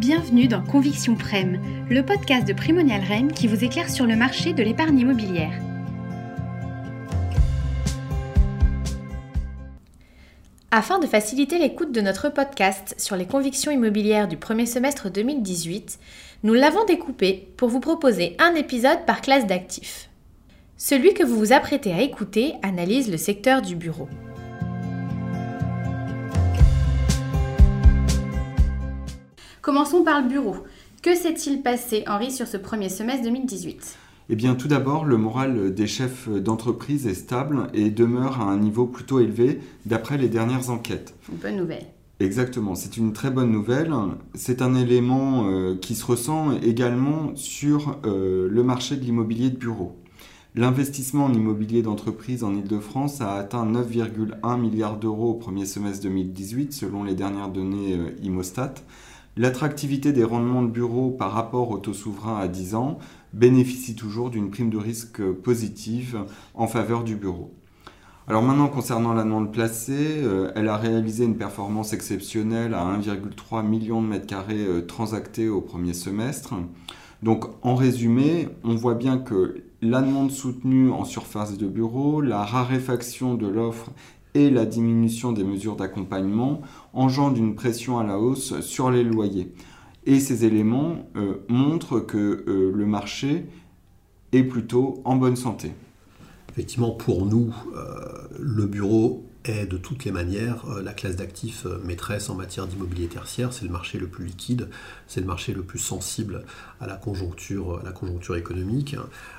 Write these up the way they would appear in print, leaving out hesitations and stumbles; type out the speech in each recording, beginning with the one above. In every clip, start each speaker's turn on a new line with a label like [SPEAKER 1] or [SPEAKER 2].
[SPEAKER 1] Bienvenue dans Conviction Prem, le podcast de Primonial Rem qui vous éclaire sur le marché de l'épargne immobilière. Afin de faciliter l'écoute de notre podcast sur les convictions immobilières du premier semestre 2018, nous l'avons découpé pour vous proposer un épisode par classe d'actifs. Celui que vous vous apprêtez à écouter analyse le secteur du bureau. Commençons par le bureau. Que s'est-il passé, Henri, sur ce premier semestre 2018 ?
[SPEAKER 2] Eh bien, tout d'abord, le moral des chefs d'entreprise est stable et demeure à un niveau plutôt élevé d'après les dernières enquêtes.
[SPEAKER 1] Une bonne nouvelle.
[SPEAKER 2] Exactement, c'est une très bonne nouvelle. C'est un élément qui se ressent également sur le marché de l'immobilier de bureau. L'investissement en immobilier d'entreprise en Île-de-France a atteint 9,1 milliards d'euros au premier semestre 2018, selon les dernières données Immostat. L'attractivité des rendements de bureau par rapport au taux souverain à 10 ans bénéficie toujours d'une prime de risque positive en faveur du bureau. Alors maintenant, concernant la demande placée, elle a réalisé une performance exceptionnelle à 1,3 million de mètres carrés transactés au premier semestre. Donc en résumé, on voit bien que la demande soutenue en surface de bureau, la raréfaction de l'offre et la diminution des mesures d'accompagnement engendrent une pression à la hausse sur les loyers. Et ces éléments montrent que le marché est plutôt en bonne santé.
[SPEAKER 3] Effectivement, pour nous, le bureau est de toutes les manières la classe d'actifs maîtresse en matière d'immobilier tertiaire. C'est le marché le plus liquide, c'est le marché le plus sensible à la conjoncture économique.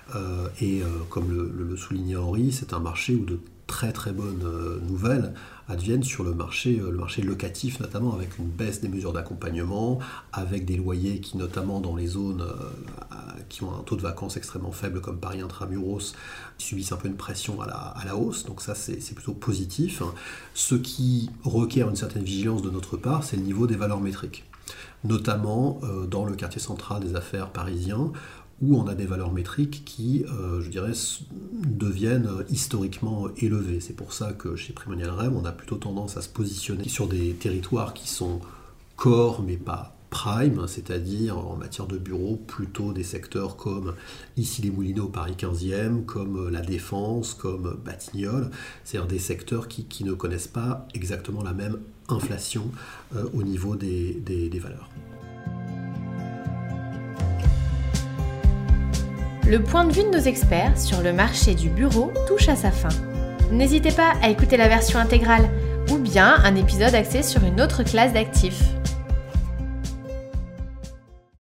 [SPEAKER 3] Comme le soulignait Henri, c'est un marché où de très très bonnes nouvelles adviennent sur le marché locatif, notamment avec une baisse des mesures d'accompagnement, avec des loyers qui, notamment dans les zones qui ont un taux de vacances extrêmement faible comme Paris Intramuros, subissent un peu une pression à la hausse. Donc ça, c'est plutôt positif. Ce qui requiert une certaine vigilance de notre part, c'est le niveau des valeurs métriques, notamment dans le quartier central des affaires parisien, où on a des valeurs métriques qui, deviennent historiquement élevées. C'est pour ça que chez Primonial Rem, on a plutôt tendance à se positionner sur des territoires qui sont core mais pas prime, c'est-à-dire en matière de bureaux, plutôt des secteurs comme Issy-les-Moulineaux, Paris 15e, comme La Défense, comme Batignolles, c'est-à-dire des secteurs qui ne connaissent pas exactement la même inflation au niveau des valeurs.
[SPEAKER 1] Le point de vue de nos experts sur le marché du bureau touche à sa fin. N'hésitez pas à écouter la version intégrale ou bien un épisode axé sur une autre classe d'actifs.